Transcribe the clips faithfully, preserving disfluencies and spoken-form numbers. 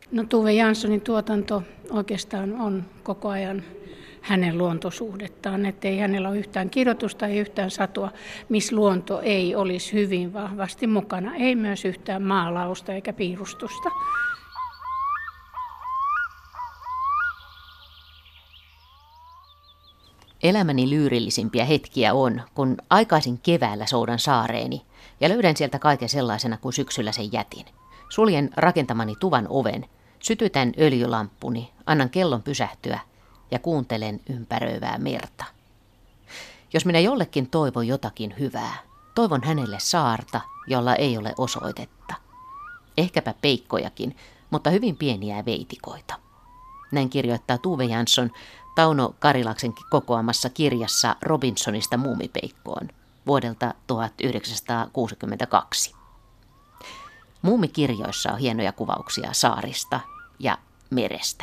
No Tove Janssonin tuotanto oikeastaan on koko ajan hänen luontosuhdettaan, ettei hänellä ole yhtään kirjoitusta, ei yhtään satua, missä luonto ei olisi hyvin vahvasti mukana, ei myös yhtään maalausta eikä piirustusta. Elämäni lyyrillisimpiä hetkiä on, kun aikaisin keväällä soudan saareeni ja löydän sieltä kaiken sellaisena kuin syksyllä sen jätin. Suljen rakentamani tuvan oven, sytytän öljylamppuni, annan kellon pysähtyä ja kuuntelen ympäröivää merta. Jos minä jollekin toivon jotakin hyvää, toivon hänelle saarta, jolla ei ole osoitetta. Ehkäpä peikkojakin, mutta hyvin pieniä veitikoita. Näin kirjoittaa Tove Jansson Tauno Karilaksen kokoamassa kirjassa Robinsonista muumipeikkoon vuodelta tuhatyhdeksänsataakuusikymmentäkaksi. Muumikirjoissa on hienoja kuvauksia saarista ja merestä.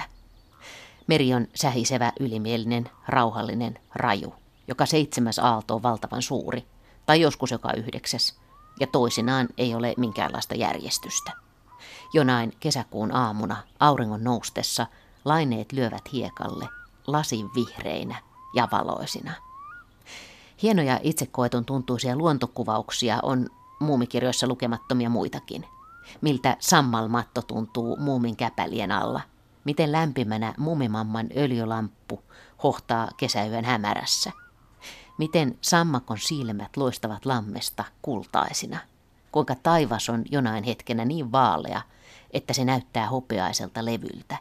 Meri on sähisevä, ylimielinen, rauhallinen, raju. Joka seitsemäs aalto on valtavan suuri, tai joskus joka yhdeksäs, ja toisinaan ei ole minkäänlaista järjestystä. Jonain kesäkuun aamuna auringon noustessa laineet lyövät hiekalle, lasin vihreinä ja valoisina. Hienoja itsekoetun tuntuisia luontokuvauksia on muumikirjoissa lukemattomia muitakin. Miltä sammalmatto tuntuu muumin käpälien alla. Miten lämpimänä muumimamman öljylamppu hohtaa kesäyön hämärässä. Miten sammakon silmät loistavat lammesta kultaisina. Kuinka taivas on jonain hetkenä niin vaalea, että se näyttää hopeaiselta levyltä.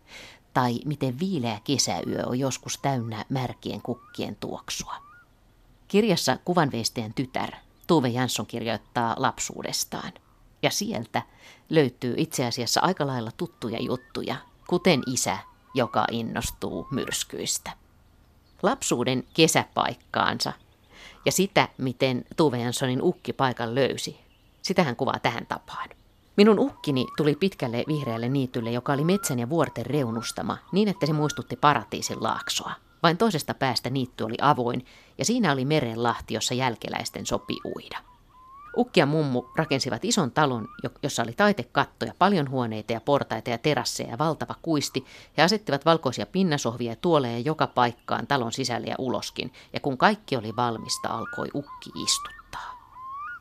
Tai miten viileä kesäyö on joskus täynnä märkien kukkien tuoksua. Kirjassa Kuvanveistäjän tytär Tove Jansson kirjoittaa lapsuudestaan. Ja sieltä löytyy itse asiassa aika lailla tuttuja juttuja, kuten isä, joka innostuu myrskyistä. Lapsuuden kesäpaikkaansa ja sitä, miten Tove Janssonin ukki paikan löysi, sitä hän kuvaa tähän tapaan. Minun ukkini tuli pitkälle vihreälle niitylle, joka oli metsän ja vuorten reunustama, niin että se muistutti paratiisin laaksoa. Vain toisesta päästä niitty oli avoin, ja siinä oli merenlahti, jossa jälkeläisten sopi uida. Ukki ja mummu rakensivat ison talon, jossa oli taitekatto ja paljon huoneita ja portaita ja terasseja ja valtava kuisti. He asettivat valkoisia pinnasohvia ja tuoleja joka paikkaan talon sisälle ja uloskin, ja kun kaikki oli valmista, alkoi ukki istuttaa.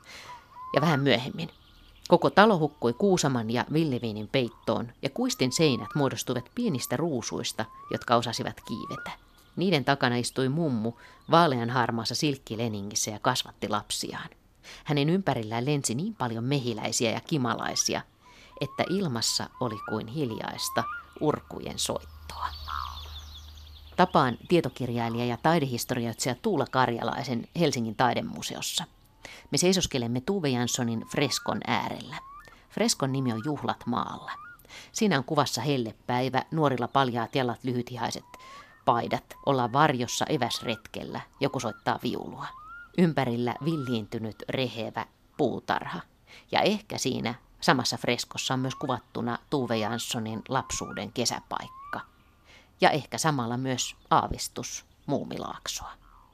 Ja vähän myöhemmin. Koko talo hukkui kuusaman ja villiviinin peittoon, ja kuistin seinät muodostuivat pienistä ruusuista, jotka osasivat kiivetä. Niiden takana istui mummu vaaleanharmaassa silkkileningissä ja kasvatti lapsiaan. Hänen ympärillään lensi niin paljon mehiläisiä ja kimalaisia, että ilmassa oli kuin hiljaista urkujen soittoa. Tapaan tietokirjailija ja taidehistorioitsija Tuula Karjalaisen Helsingin taidemuseossa. Me seisoskelemme Tove Janssonin freskon äärellä. Freskon nimi on Juhlat maalla. Siinä on kuvassa hellepäivä, nuorilla paljaat jalat, lyhythihaiset paidat, ollaan varjossa eväsretkellä, joku soittaa viulua. Ympärillä villiintynyt rehevä puutarha. Ja ehkä siinä samassa freskossa on myös kuvattuna Tove Janssonin lapsuuden kesäpaikka. Ja ehkä samalla myös aavistus Muumilaaksoa.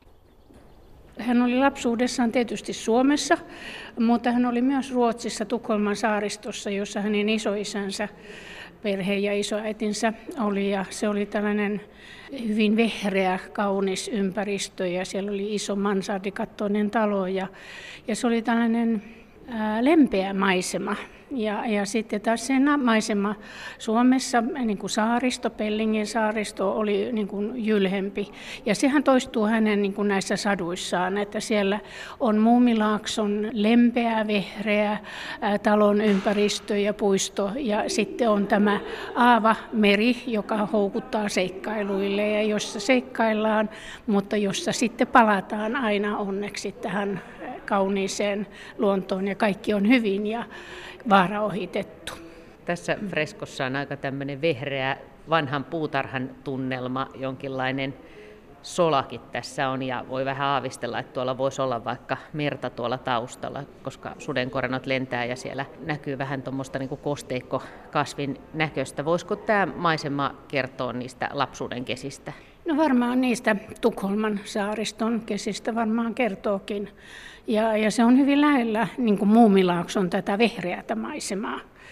Hän oli lapsuudessaan tietysti Suomessa, mutta hän oli myös Ruotsissa Tukholman saaristossa, jossa hänen isoisänsä perhe ja isoäitinsä oli. Ja se oli tällainen hyvin vehreä, kaunis ympäristö ja siellä oli iso mansardikattoinen talo ja, ja se oli tällainen ää, lempeä maisema. Ja, ja sitten taas se maisema Suomessa, niin kuin saaristo, Pellingin saaristo, oli niin kuin jylhempi. Ja sehän toistuu hänen niin kuin näissä saduissaan, että siellä on Muumilaakson lempeä, vehreä ää, talon ympäristö ja puisto. Ja sitten on tämä aava meri, joka houkuttaa seikkailuille ja jossa seikkaillaan, mutta jossa sitten palataan aina onneksi tähän kauniiseen luontoon ja kaikki on hyvin ja vaara ohitettu. Tässä freskossa on aika tämmöinen vehreä vanhan puutarhan tunnelma, jonkinlainen solakin tässä on ja voi vähän aavistella, että tuolla voisi olla vaikka merta tuolla taustalla, koska sudenkorennot lentää ja siellä näkyy vähän tuommoista niin kuin kosteikkokasvin näköistä. Voisiko tämä maisema kertoa niistä lapsuuden kesistä? No varmaan niistä Tukholman saariston kesistä varmaan kertookin. Ja, ja se on hyvin lähellä niin kuin Muumilaakson tätä vehreätä maisemaa.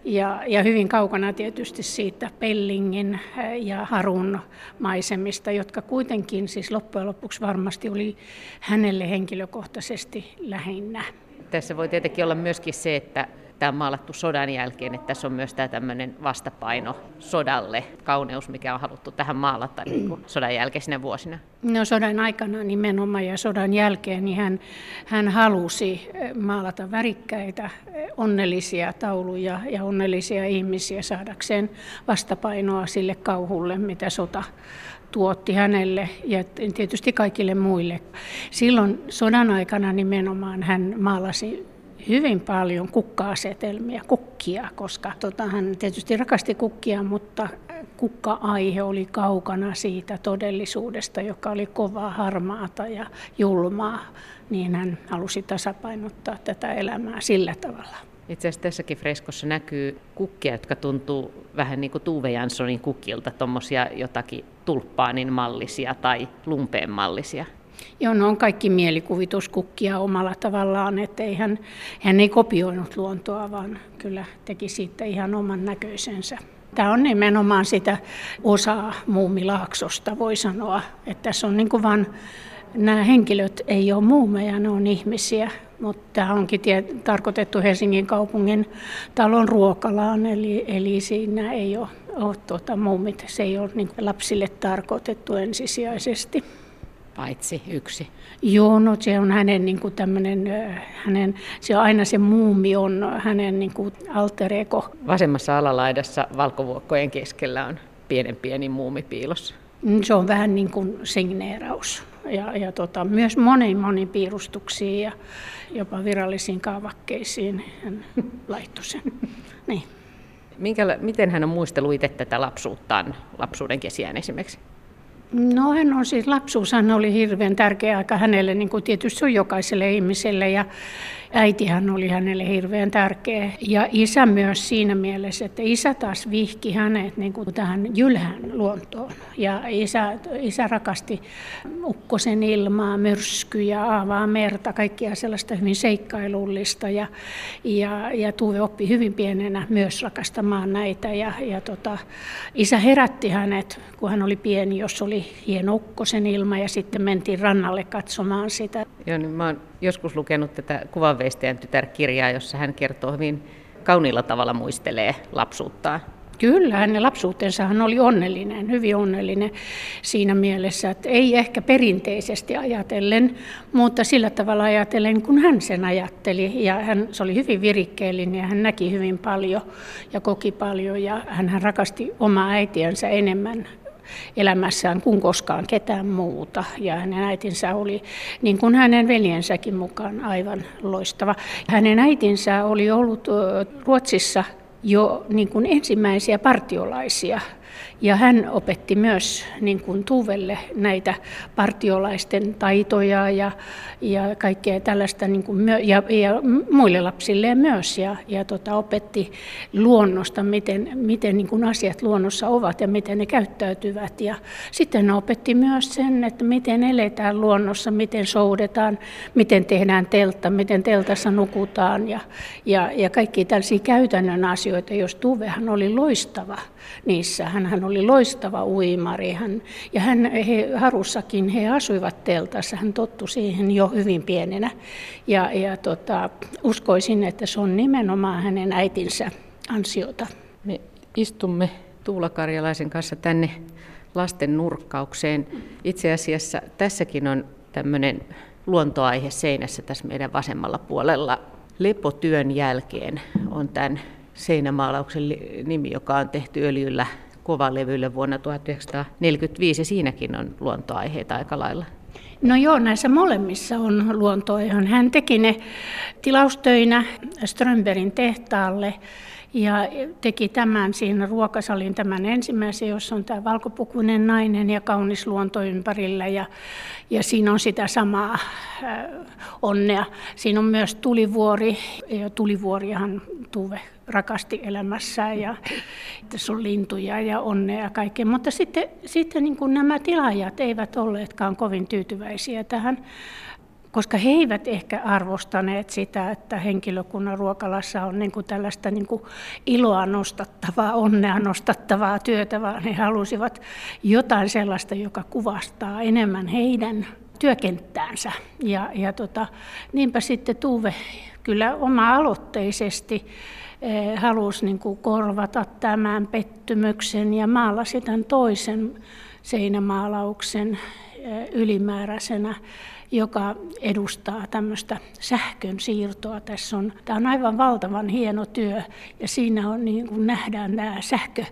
Ja, ja hyvin kaukana tietysti siitä Pellingin ja Harun maisemista, jotka kuitenkin siis loppujen lopuksi varmasti oli hänelle henkilökohtaisesti lähinnä. Tässä voi tietenkin olla myöskin se, että tämä on maalattu sodan jälkeen, että tässä on myös tämä tämmöinen vastapaino sodalle, kauneus, mikä on haluttu tähän maalata niin kuin sodan jälkeisinä vuosina. No sodan aikana nimenomaan ja sodan jälkeen niin hän, hän halusi maalata värikkäitä, onnellisia tauluja ja onnellisia ihmisiä saadakseen vastapainoa sille kauhulle, mitä sota tuotti hänelle ja tietysti kaikille muille. Silloin sodan aikana nimenomaan hän maalasi hyvin paljon kukka-asetelmia, kukkia, koska tota, hän tietysti rakasti kukkia, mutta kukka-aihe oli kaukana siitä todellisuudesta, joka oli kovaa, harmaata ja julmaa, niin hän halusi tasapainottaa tätä elämää sillä tavalla. Itse asiassa tässäkin freskossa näkyy kukkia, jotka tuntuu vähän niin kuin Tove Janssonin kukilta, tuommoisia jotakin tulppaanin mallisia tai lumpeen mallisia. Joo, ne on kaikki mielikuvituskukkia omalla tavallaan, että ei hän, hän ei kopioinut luontoa, vaan kyllä teki siitä ihan oman näköisensä. Tämä on nimenomaan sitä osaa Muumilaaksosta, voi sanoa, että tässä on niin kuin vaan, nämä henkilöt ei ole muumeja, ne on ihmisiä, mutta tämä onkin tie, tarkoitettu Helsingin kaupungin talon ruokalaan, eli, eli siinä ei ole, ole tuota, muumit, se ei ole niin kuin lapsille tarkoitettu ensisijaisesti. Paitsi yksi. Joo, no se on hänen niin kuin tämmöinen, hänen, se on aina se muumi on hänen niin kuin alter ego. Vasemmassa alalaidassa valkovuokkojen keskellä on pienen pieni muumi piilossa. Se on vähän niin kuin signeeraus ja, ja tota, myös moniin moniin piirustuksiin ja jopa virallisiin kaavakkeisiin hän laittoi sen. Niin. Minkä, miten hän on muistellut itse tätä lapsuuttaan, lapsuuden kesiään esimerkiksi? No hän on siis, lapsuushan oli hirveän tärkeä aika hänelle, niin kuin tietysti on jokaiselle ihmiselle, ja äitihän oli hänelle hirveän tärkeä. Ja isä myös siinä mielessä, että isä taas vihki hänet niin kuin tähän jylhän luontoon. Ja isä, isä rakasti ukkosen ilmaa, myrskyjä, aavaa merta, kaikkia sellaista hyvin seikkailullista. Ja, ja, ja Tuve oppi hyvin pienenä myös rakastamaan näitä. Ja, ja tota, isä herätti hänet, kun hän oli pieni, jos oli hieno ukkosen ilma, ja sitten mentiin rannalle katsomaan sitä. Joo, niin mä oon joskus lukenut tätä Kuvanveistäjän tytär-kirjaa, jossa hän kertoo hyvin kauniilla tavalla muistelee lapsuuttaan. Kyllä, hänen lapsuutensa hän oli onnellinen, hyvin onnellinen siinä mielessä, että ei ehkä perinteisesti ajatellen, mutta sillä tavalla ajatellen, kun hän sen ajatteli. Ja hän, se oli hyvin virikkeellinen ja hän näki hyvin paljon ja koki paljon ja hän rakasti omaa äitiänsä enemmän elämässään kuin koskaan ketään muuta. Ja hänen äitinsä oli, niin kuin hänen veljensäkin mukaan, aivan loistava. Hänen äitinsä oli ollut Ruotsissa jo niin kuin ensimmäisiä partiolaisia. Ja hän opetti myös niin kuin Tuvelle näitä partiolaisten taitoja ja, ja kaikkea tällaista niin kuin, ja, ja muille lapsille myös. Ja, ja tota, opetti luonnosta, miten, miten niin kuin asiat luonnossa ovat ja miten ne käyttäytyvät. Ja sitten hän opetti myös sen, että miten eletään luonnossa, miten soudetaan, miten tehdään teltta, miten teltassa nukutaan ja, ja, ja kaikki tällaisia käytännön asioita, jos Tuvehan oli loistava niissä. Hän oli loistava uimari hän, ja hän, he, Harussakin he asuivat teltassa, hän tottui siihen jo hyvin pienenä ja, ja tota, uskoisin, että se on nimenomaan hänen äitinsä ansiota. Me istumme Tuula Karjalaisen kanssa tänne lasten nurkkaukseen. Itse asiassa tässäkin on tämmöinen luontoaihe seinässä tässä meidän vasemmalla puolella. Lepotyön jälkeen on tämän seinämaalauksen nimi, joka on tehty öljyllä kovalevylle vuonna tuhatyhdeksänsataaneljäkymmentäviisi, ja siinäkin on luontoaiheita aika lailla. No joo, näissä molemmissa on luontoaihe. Hän teki ne tilaustöinä Strömbergin tehtaalle ja teki tämän siinä ruokasalin tämän ensimmäisen, jossa on tämä valkopukuinen nainen ja kaunis luonto ympärillä. Ja, ja siinä on sitä samaa äh, onnea. Siinä on myös tulivuori, ja tulivuoriahan Tuve rakasti elämässään, ja tässä on lintuja ja onnea ja kaikkea. Mutta sitten, sitten niin kuin nämä tilaajat eivät olleetkaan kovin tyytyväisiä tähän, koska he eivät ehkä arvostaneet sitä, että henkilökunnan ruokalassa on niin kuin tällaista niin kuin iloa nostattavaa, onnea nostattavaa työtä, vaan he halusivat jotain sellaista, joka kuvastaa enemmän heidän työkenttäänsä. Ja, ja tota, niinpä sitten Tuve kyllä oma-aloitteisesti eh, halusi niin kuin korvata tämän pettymyksen ja maalasi tämän toisen seinämaalauksen eh, ylimääräisenä, joka edustaa tämmöistä sähkön siirtoa. Tässä on, tämä on aivan valtavan hieno työ ja siinä on, niin kuin nähdään nämä sähkö,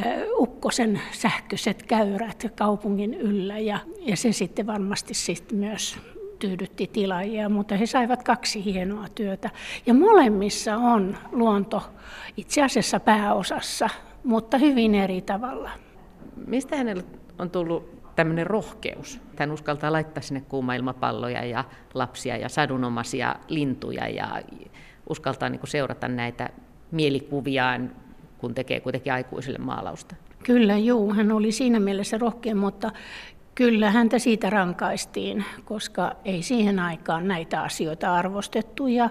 ukkosen sähköiset käyrät kaupungin yllä ja, ja se sitten varmasti sitten myös tyydytti tilaajia, mutta he saivat kaksi hienoa työtä. Ja molemmissa on luonto itse asiassa pääosassa, mutta hyvin eri tavalla. Mistä hänellä on tullut tämmöinen rohkeus? Hän uskaltaa laittaa sinne kuuma-ilmapalloja ja lapsia ja sadunomaisia lintuja ja uskaltaa niin kuin seurata näitä mielikuviaan, kun tekee kuitenkin aikuisille maalausta. Kyllä, juu, hän oli siinä mielessä rohkea, mutta kyllä häntä siitä rankaistiin, koska ei siihen aikaan näitä asioita arvostettu ja,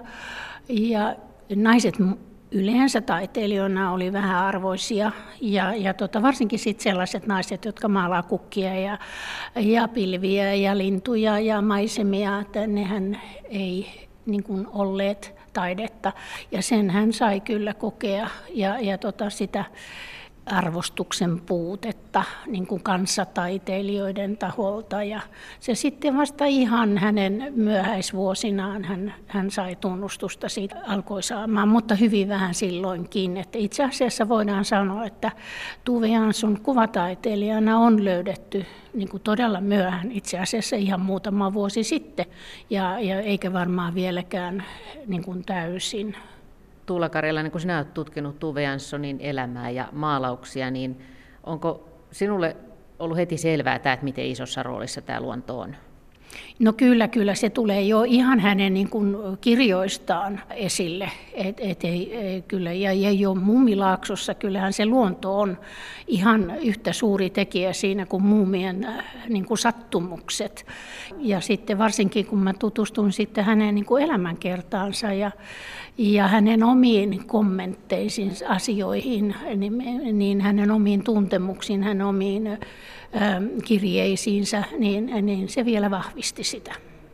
ja naiset yleensä taiteilijoina oli vähän arvoisia ja, ja tota, varsinkin sit sellaiset naiset, jotka maalaa kukkia ja, ja pilviä ja lintuja ja maisemia, että nehän ei niin kuin olleet taidetta ja sen hän sai kyllä kokea ja, ja tota, sitä arvostuksen puutetta niin kuin kanssataiteilijoiden taholta ja se sitten vasta ihan hänen myöhäisvuosinaan hän, hän sai tunnustusta siitä alkoi saamaan, mutta hyvin vähän silloinkin. Että itse asiassa voidaan sanoa, että Tove Jansson kuvataiteilijana on löydetty niin kuin todella myöhään, itse asiassa ihan muutama vuosi sitten ja, ja eikä varmaan vieläkään niin kuin täysin. Tuula Karjalainen, kun sinä olet tutkinut Tove Janssonin elämää ja maalauksia, niin onko sinulle ollut heti selvää tämä, että miten isossa roolissa tämä luonto on? No kyllä, kyllä se tulee jo ihan hänen niin kuin kirjoistaan esille. Et, et, ei, ei, kyllä. Ja, ja jo Muumilaaksossa kyllähän se luonto on ihan yhtä suuri tekijä siinä kuin muumien niin kuin sattumukset. Ja sitten varsinkin kun mä tutustun sitten hänen niin kuin elämänkertaansa ja, ja hänen omiin kommentteisiin asioihin, niin, niin hänen omiin tuntemuksiin, hänen omiin kirjeisiinsä, niin, niin se vielä vahvisti sitä.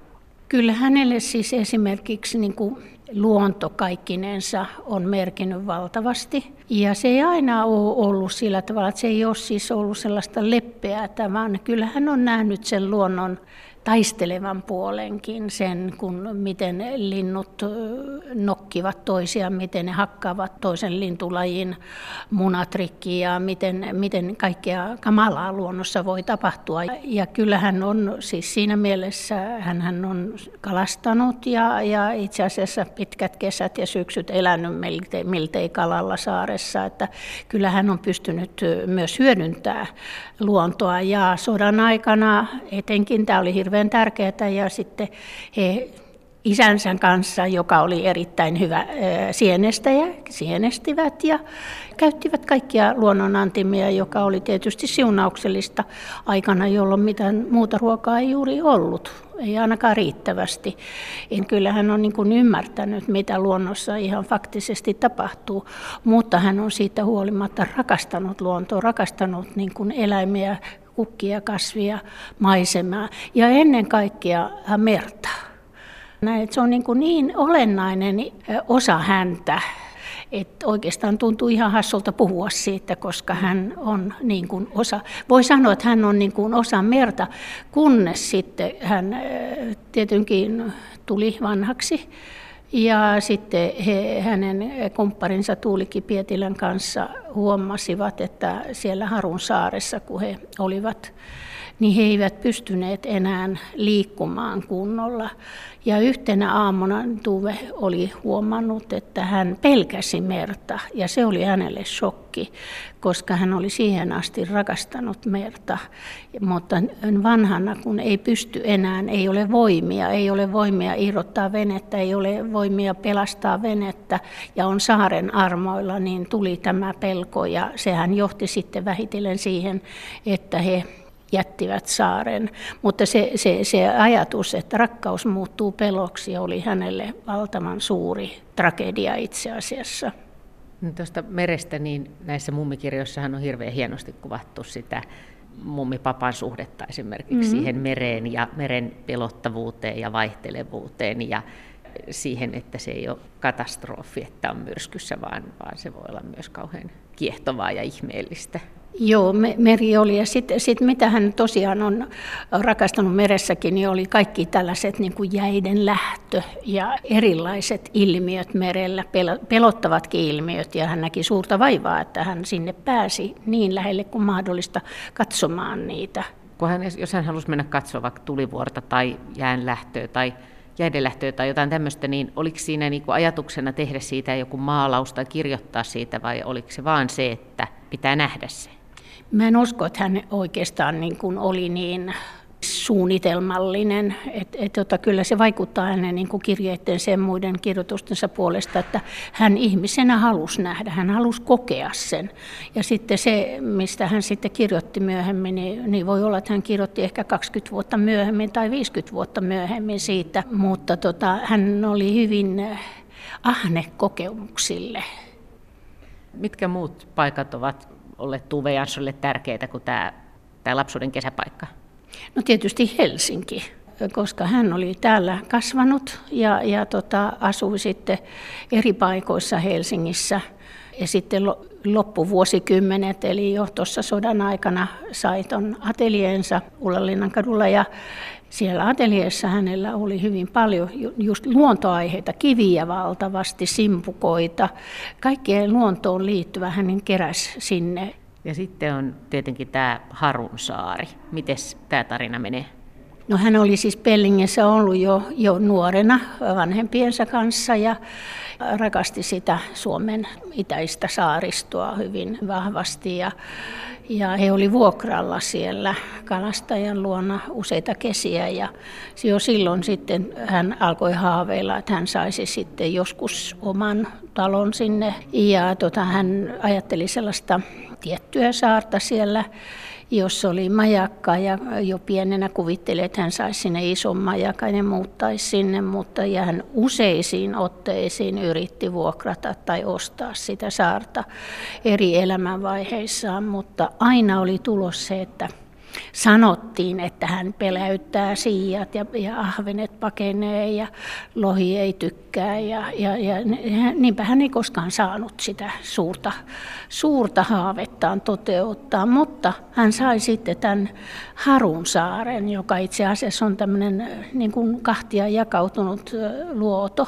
Kyllä hänelle siis esimerkiksi niin kuin luonto kaikkinensa on merkinnyt valtavasti. Ja se ei aina ole ollut sillä tavalla, että se ei ole siis ollut sellaista leppeää, vaan kyllä hän on nähnyt sen luonnon taistelevan puolenkin, sen kun miten linnut nokkivat toisiaan, miten ne hakkaavat toisen lintulajin munatrikkiä ja miten, miten kaikkea kamalaa luonnossa voi tapahtua. Ja kyllä hän on siis siinä mielessä, hän on kalastanut ja, ja itse asiassa pitkät kesät ja syksyt elänyt miltei, miltei Kalalla saaressa, että kyllä hän on pystynyt myös hyödyntämään luontoa ja sodan aikana etenkin tämä oli hirveän tärkeää ja sitten he isänsä kanssa, joka oli erittäin hyvä sienestäjä, sienestivät ja käyttivät kaikkia luonnonantimia, joka oli tietysti siunauksellista aikana, jolloin mitään muuta ruokaa ei juuri ollut, ei ainakaan riittävästi. En kyllä hän on niin kuin ymmärtänyt, mitä luonnossa ihan faktisesti tapahtuu, mutta hän on siitä huolimatta rakastanut luontoa, rakastanut niin kuin eläimiä, kukkia, kasvia, maisemaa ja ennen kaikkea merta. Se on niin, niin olennainen osa häntä, että oikeastaan tuntuu ihan hassulta puhua siitä, koska hän on niin kuin osa, voi sanoa, että hän on niin kuin osa merta, kunnes sitten hän tietenkin tuli vanhaksi. Ja sitten he, hänen kumpparinsa Tuulikki Pietilän kanssa huomasivat, että siellä Harun saaressa, kun he olivat, niin he eivät pystyneet enää liikkumaan kunnolla. Ja yhtenä aamuna Tuve oli huomannut, että hän pelkäsi merta ja se oli hänelle shokki, koska hän oli siihen asti rakastanut merta. Mutta vanhana, kun ei pysty enää, ei ole voimia, ei ole voimia irrottaa venettä, ei ole voimia pelastaa venettä ja on saaren armoilla, niin tuli tämä pelko ja sehän johti sitten vähitellen siihen, että he jättivät saaren. Mutta se, se, se ajatus, että rakkaus muuttuu peloksi, oli hänelle valtavan suuri tragedia itse asiassa. Tuosta merestä, niin näissä mummikirjoissahan on hirveän hienosti kuvattu sitä mummipapan suhdetta esimerkiksi mm-hmm. siihen mereen ja meren pelottavuuteen ja vaihtelevuuteen ja siihen, että se ei ole katastrofi, että on myrskyssä, vaan, vaan se voi olla myös kauhean kiehtovaa ja ihmeellistä. Joo, meri oli. Ja sitten sit mitä hän tosiaan on rakastanut meressäkin, niin oli kaikki tällaiset niin kuin jäiden lähtö ja erilaiset ilmiöt merellä, pelottavatkin ilmiöt. Ja hän näki suurta vaivaa, että hän sinne pääsi niin lähelle kuin mahdollista katsomaan niitä. Kun hän, jos hän halusi mennä katsoa vaikka tulivuorta tai jäänlähtöä tai jäidenlähtöä tai jotain tämmöistä, niin oliko siinä niin kuin ajatuksena tehdä siitä joku maalaus tai kirjoittaa siitä, vai oliko se vaan se, että pitää nähdä se? Mä en usko, että hän oikeastaan niin kuin oli niin suunnitelmallinen, että et, tota, kyllä se vaikuttaa hänen niin kuin kirjeiden sen muiden kirjoitustensa puolesta, että hän ihmisenä halusi nähdä, hän halusi kokea sen. Ja sitten se, mistä hän sitten kirjoitti myöhemmin, niin, niin voi olla, että hän kirjoitti ehkä kaksikymmentä vuotta myöhemmin tai viisikymmentä vuotta myöhemmin siitä, mutta tota, hän oli hyvin ahne kokemuksille. Mitkä muut paikat ovat olleet Tove Janssonille tärkeitä kuin tämä, tämä lapsuuden kesäpaikka? No tietysti Helsinki, koska hän oli täällä kasvanut ja, ja tota, asui sitten eri paikoissa Helsingissä. Ja sitten loppuvuosikymmenet, eli jo tuossa sodan aikana sai ton atelieensa Ullanlinnan kadulla. Ja siellä ateljeessa hänellä oli hyvin paljon just luontoaiheita, kiviä valtavasti, simpukoita. Kaikkeen luontoon liittyvä hänen keräsi sinne. Ja sitten on tietenkin tämä Harunsaari. Mites tämä tarina menee? No hän oli siis Pellingessä ollut jo, jo nuorena vanhempiensa kanssa ja rakasti sitä Suomen itäistä saaristoa hyvin vahvasti. Ja, ja he oli vuokralla siellä kalastajan luona useita kesiä ja jo silloin sitten hän alkoi haaveilla, että hän saisi sitten joskus oman talon sinne. Ja tota, hän ajatteli sellaista tiettyä saarta siellä, jos oli majakka ja jo pienenä kuvitteli, että hän saisi sinne ison majakan ja muuttaisi sinne, mutta ja hän useisiin otteisiin yritti vuokrata tai ostaa sitä saarta eri elämänvaiheissaan, mutta aina oli tulos se, että sanottiin, että hän peläyttää siijat ja, ja ahvenet pakenee ja lohi ei tykkää ja, ja, ja niinpä hän ei koskaan saanut sitä suurta, suurta haavettaan toteuttaa, mutta hän sai sitten tämän Harunsaaren, joka itse asiassa on tämmöinen niin kuin kahtia jakautunut luoto,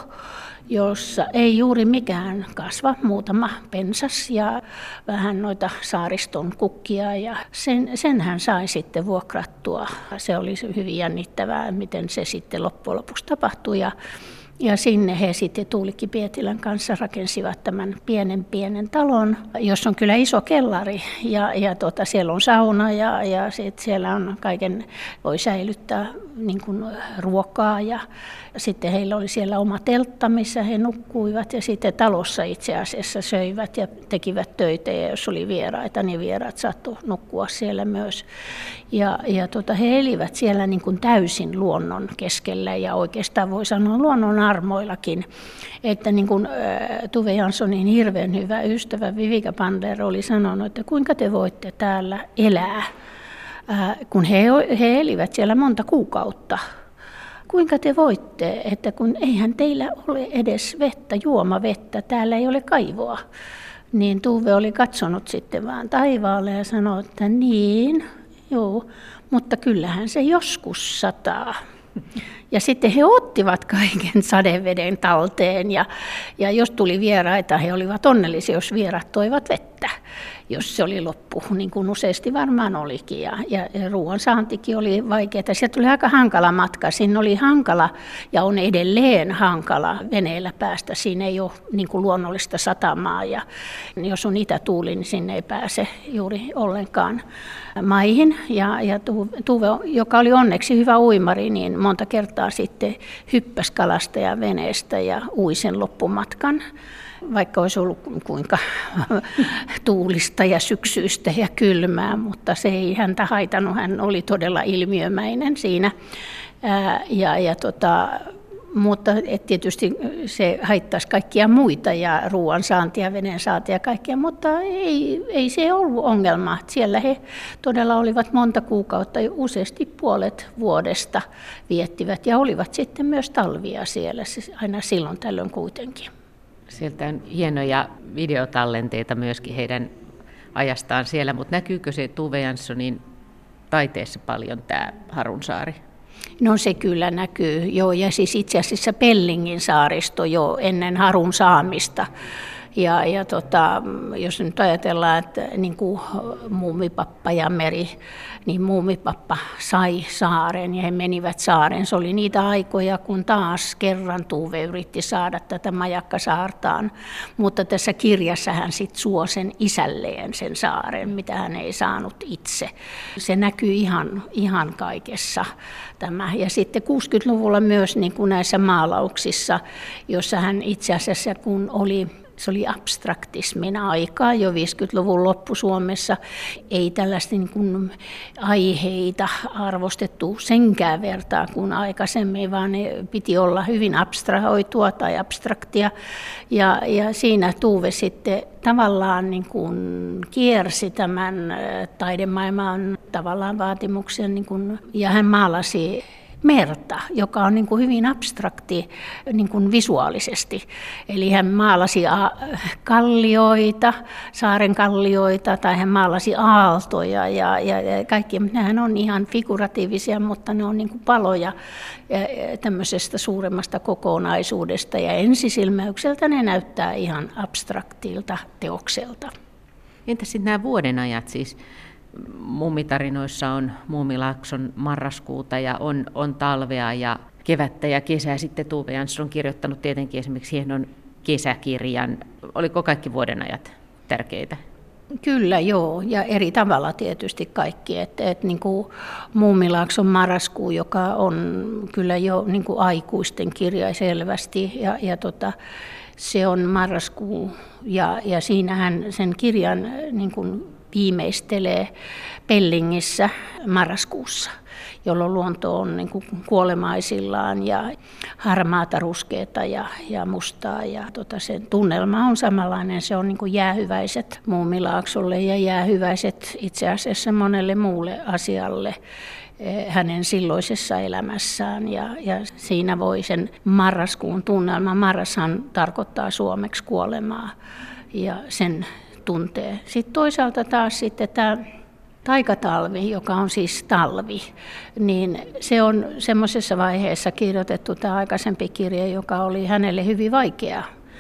jossa ei juuri mikään kasva, muutama pensas ja vähän noita saariston kukkia ja sen, sen hän sai sitten vuokrattua. Se oli hyvin jännittävää, miten se sitten loppujen lopuksi tapahtui ja, ja sinne he sitten Tuulikki Pietilän kanssa rakensivat tämän pienen pienen talon, jossa on kyllä iso kellari ja, ja tota, siellä on sauna ja, ja sit siellä on kaiken, voi säilyttää niin kuin ruokaa ja sitten heillä oli siellä oma teltta, missä he nukkuivat ja sitten talossa itse asiassa söivät ja tekivät töitä ja jos oli vieraita, niin vieraat saattoi nukkua siellä myös. Ja, ja tota, he elivät siellä niin kuin täysin luonnon keskellä ja oikeastaan voi sanoa luonnon armoillakin, että niin kuin Tove Janssonin hirveän hyvä ystävä Vivica Pandler oli sanonut, että kuinka te voitte täällä elää, kun he, he elivät siellä monta kuukautta. Kuinka te voitte, että kun eihän teillä ole edes vettä, juomavettä, täällä ei ole kaivoa. Niin Tuve oli katsonut sitten vaan taivaalle ja sanoi, että niin, joo, mutta kyllähän se joskus sataa. Ja sitten he ottivat kaiken sadeveden talteen ja, ja jos tuli vieraita, he olivat onnellisia, jos vieraat toivat vettä, jos se oli loppu, niin kuin useasti varmaan olikin. Ja, ja, ja ruoan saantikin oli vaikeaa. Sieltä tuli aika hankala matka. Siinä oli hankala ja on edelleen hankala veneellä päästä. Siinä ei ole niin kuin luonnollista satamaa ja jos on itätuuli, niin sinne ei pääse juuri ollenkaan maihin. Ja, ja Tuve, joka oli onneksi hyvä uimari, niin monta kertaa sitten hyppäsi kalastajan veneestä ja ui sen loppumatkan. vaikka olisi ollut kuinka tuulista ja syksyistä ja kylmää, mutta se ei häntä haitannut. Hän oli todella ilmiömäinen siinä. Ää, ja, ja tota, mutta et tietysti se haittaisi kaikkia muita ja ruoan saantia, veden saantia ja kaikkea, mutta ei, ei se ollut ongelma. Siellä he todella olivat monta kuukautta, useasti puolet vuodesta viettivät ja olivat sitten myös talvia siellä, siis aina silloin tällöin kuitenkin. Sieltä on hienoja videotallenteita myöskin heidän ajastaan siellä, mutta näkyykö se Tove Janssonin taiteessa paljon tämä Harunsaari? No se kyllä näkyy, joo, ja siis itse asiassa Pellingin saaristo jo ennen Harun saamista. Ja, ja tota, jos nyt ajatellaan, että niin kuin Muumipappa ja Meri, niin Muumipappa sai saaren ja he menivät saaren. Se oli niitä aikoja, kun taas kerran Tuve yritti saada tätä majakkasaartaan, mutta tässä kirjassa hän sitten suo sen isälleen sen saaren, mitä hän ei saanut itse. Se näkyy ihan, ihan kaikessa tämä. Ja sitten kuusikymmentäluvulla myös niin kuin näissä maalauksissa, jossa hän itse asiassa kun oli se oli abstraktismin aikaa jo viisikymmentäluvun loppu Suomessa. Ei tällaista niin kuin aiheita arvostettu senkään vertaa kuin aikaisemmin, vaan ne piti olla hyvin abstrahoitua tai abstraktia. Ja, ja siinä Tuve sitten tavallaan niin kuin kiersi tämän taidemaailman tavallaan vaatimuksen niin kuin, ja hän maalasi merta, joka on niin kuin hyvin abstrakti niin kuin visuaalisesti. Eli hän maalasi kallioita, saaren kallioita, tai hän maalasi aaltoja ja, ja, ja kaikki. Nehän on ihan figuratiivisia, mutta ne on niin kuin paloja tämmöisestä suuremmasta kokonaisuudesta. Ja ensisilmäykseltä ne näyttää ihan abstraktilta teokselta. Entä sitten nämä vuodenajat siis? Muumitarinoissa on Muumilaakson marraskuuta ja on, on talvea ja kevättä ja kesää. Sitten Tove Jansson on kirjoittanut tietenkin esimerkiksi hienon kesäkirjan. Oliko kaikki vuodenajat tärkeitä? Kyllä joo, ja eri tavalla tietysti kaikki. Että et, niin kuin Muumilaakson marraskuu, joka on kyllä jo niin kuin aikuisten kirja selvästi, ja, ja tota, se on marraskuu, ja, ja siinähän sen kirjan niin kuin viimeistelee Pellingissä marraskuussa, jolloin luonto on niin kuin kuolemaisillaan ja harmaata, ruskeata ja, ja mustaa. Ja tota, sen tunnelma on samanlainen, se on niin kuin jäähyväiset Muumilaaksolle ja jäähyväiset itse asiassa monelle muulle asialle hänen silloisessa elämässään. Ja, ja siinä voi sen marraskuun tunnelma, marrashan tarkoittaa suomeksi kuolemaa ja sen tuntee. Sitten toisaalta taas sitten tämä taikatalvi, joka on siis talvi, niin se on semmoisessa vaiheessa kirjoitettu tämä aikaisempi kirja, joka oli hänelle hyvin vaikea.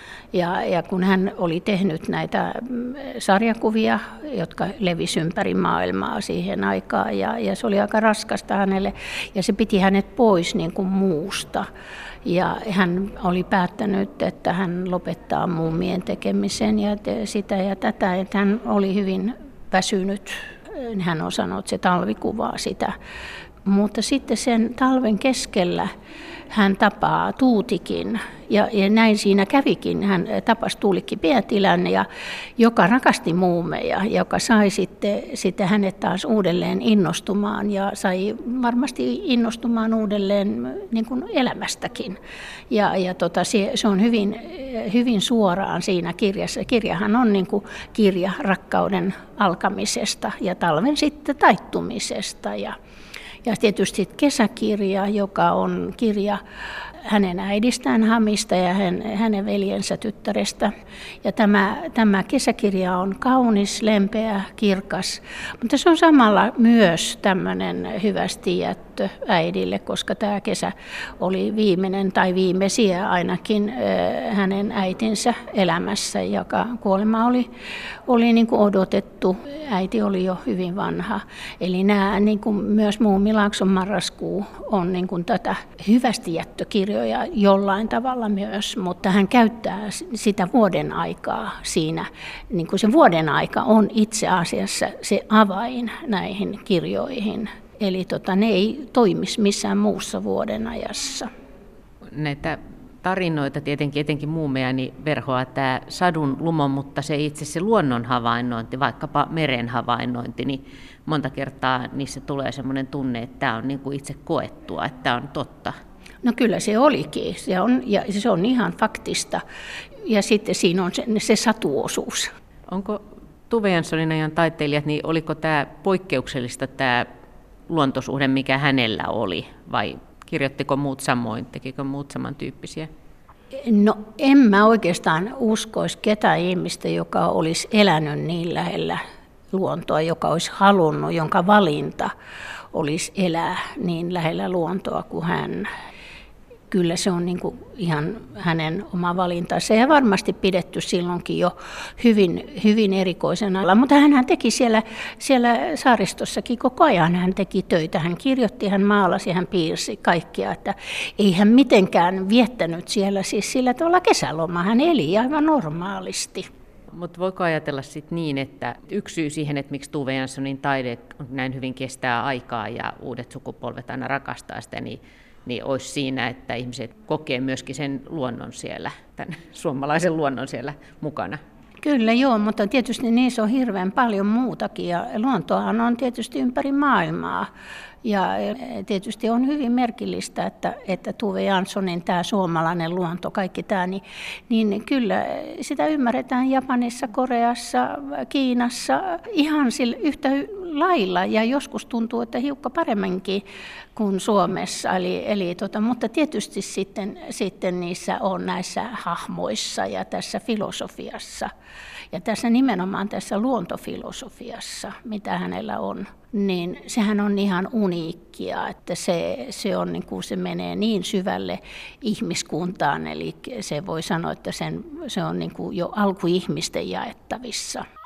Ja, ja kun hän oli tehnyt näitä sarjakuvia, jotka levisi ympäri maailmaa siihen aikaan, ja, ja se oli aika raskasta hänelle, ja se piti hänet pois niin kuin muusta. Ja hän oli päättänyt, että hän lopettaa muumien tekemisen ja sitä ja tätä, että hän oli hyvin väsynyt. Hän on sanonut, että se talvi kuvaa sitä. Mutta sitten sen talven keskellä hän tapaa Tuutikin, ja, ja näin siinä kävikin. Hän tapasi Tuulikki Pietilän, ja, joka rakasti muumeja, joka sai sitten, sitten hänet taas uudelleen innostumaan, ja sai varmasti innostumaan uudelleen niin kuin elämästäkin. Ja, ja tota, se, se on hyvin, hyvin suoraan siinä kirjassa. Kirjahan on niin kuin kirja rakkauden alkamisesta ja talven sitten taittumisesta. Ja, Ja tietysti kesäkirja, joka on kirja hänen äidistään Hamista ja hänen veljensä tyttärestä. Ja tämä, tämä kesäkirja on kaunis, lempeä, kirkas, mutta se on samalla myös tämmöinen hyvästi jättö äidille, koska tämä kesä oli viimeinen tai viimeisiä ainakin hänen äitinsä elämässä, joka kuolema oli, oli niin kuin odotettu. Äiti oli jo hyvin vanha. Eli nämä niin kuin myös Muumilaakson marraskuu on niin kuin tätä hyvästi jättökirjaa jollain tavalla myös, mutta hän käyttää sitä vuoden aikaa siinä. Niin kuin se vuoden aika on itse asiassa se avain näihin kirjoihin. Eli tota, ne ei toimisi missään muussa vuoden ajassa. Näitä tarinoita, tietenkin etenkin Muumeani verhoaa tämä sadun lumo, mutta se itse se luonnon havainnointi, vaikkapa meren havainnointi, niin monta kertaa niissä tulee sellainen tunne, että tämä on niin kuin itse koettua, että tämä on totta. No kyllä se olikin, se on, ja se on ihan faktista, ja sitten siinä on se, se satuosuus. Onko Tove Janssonin ajan taiteilijat, niin oliko tämä poikkeuksellista tämä luontosuhde, mikä hänellä oli, vai kirjoittiko muut samoin, tekikö muut samantyyppisiä? No en mä oikeastaan uskoisi ketään ihmistä, joka olisi elänyt niin lähellä luontoa, joka olisi halunnut, jonka valinta olisi elää niin lähellä luontoa kuin hän. Kyllä se on niin kuin ihan hänen oma valintansa ja varmasti pidetty silloinkin jo hyvin, hyvin erikoisena. Mutta hän teki siellä, siellä saaristossakin koko ajan, hän teki töitä, hän kirjoitti, hän maalasi, hän piirsi kaikkia. Että ei hän mitenkään viettänyt siellä siis sillä tavalla kesälomaa, hän eli aivan normaalisti. Mutta voiko ajatella sit niin, että yksi syy siihen, että miksi Tove Janssonin taide näin hyvin kestää aikaa ja uudet sukupolvet aina rakastaa sitä, niin niin olisi siinä, että ihmiset kokee myöskin sen luonnon siellä, tämän suomalaisen luonnon siellä mukana. Kyllä joo, mutta tietysti niissä on hirveän paljon muutakin ja luontoahan on tietysti ympäri maailmaa. Ja tietysti on hyvin merkillistä, että, että Tove Janssonin tämä suomalainen luonto, kaikki tämä, niin, niin kyllä sitä ymmärretään Japanissa, Koreassa, Kiinassa ihan sillä yhtä lailla ja joskus tuntuu, että hiukka paremminkin kuin Suomessa. Eli, eli tota, mutta tietysti sitten, sitten niissä on näissä hahmoissa ja tässä filosofiassa ja tässä nimenomaan tässä luontofilosofiassa, mitä hänellä on, niin sehän on ihan uniikkia, että se, se, on, niin kuin se menee niin syvälle ihmiskuntaan, eli se voi sanoa, että sen, se on niin kuin jo alkuihmisten jaettavissa.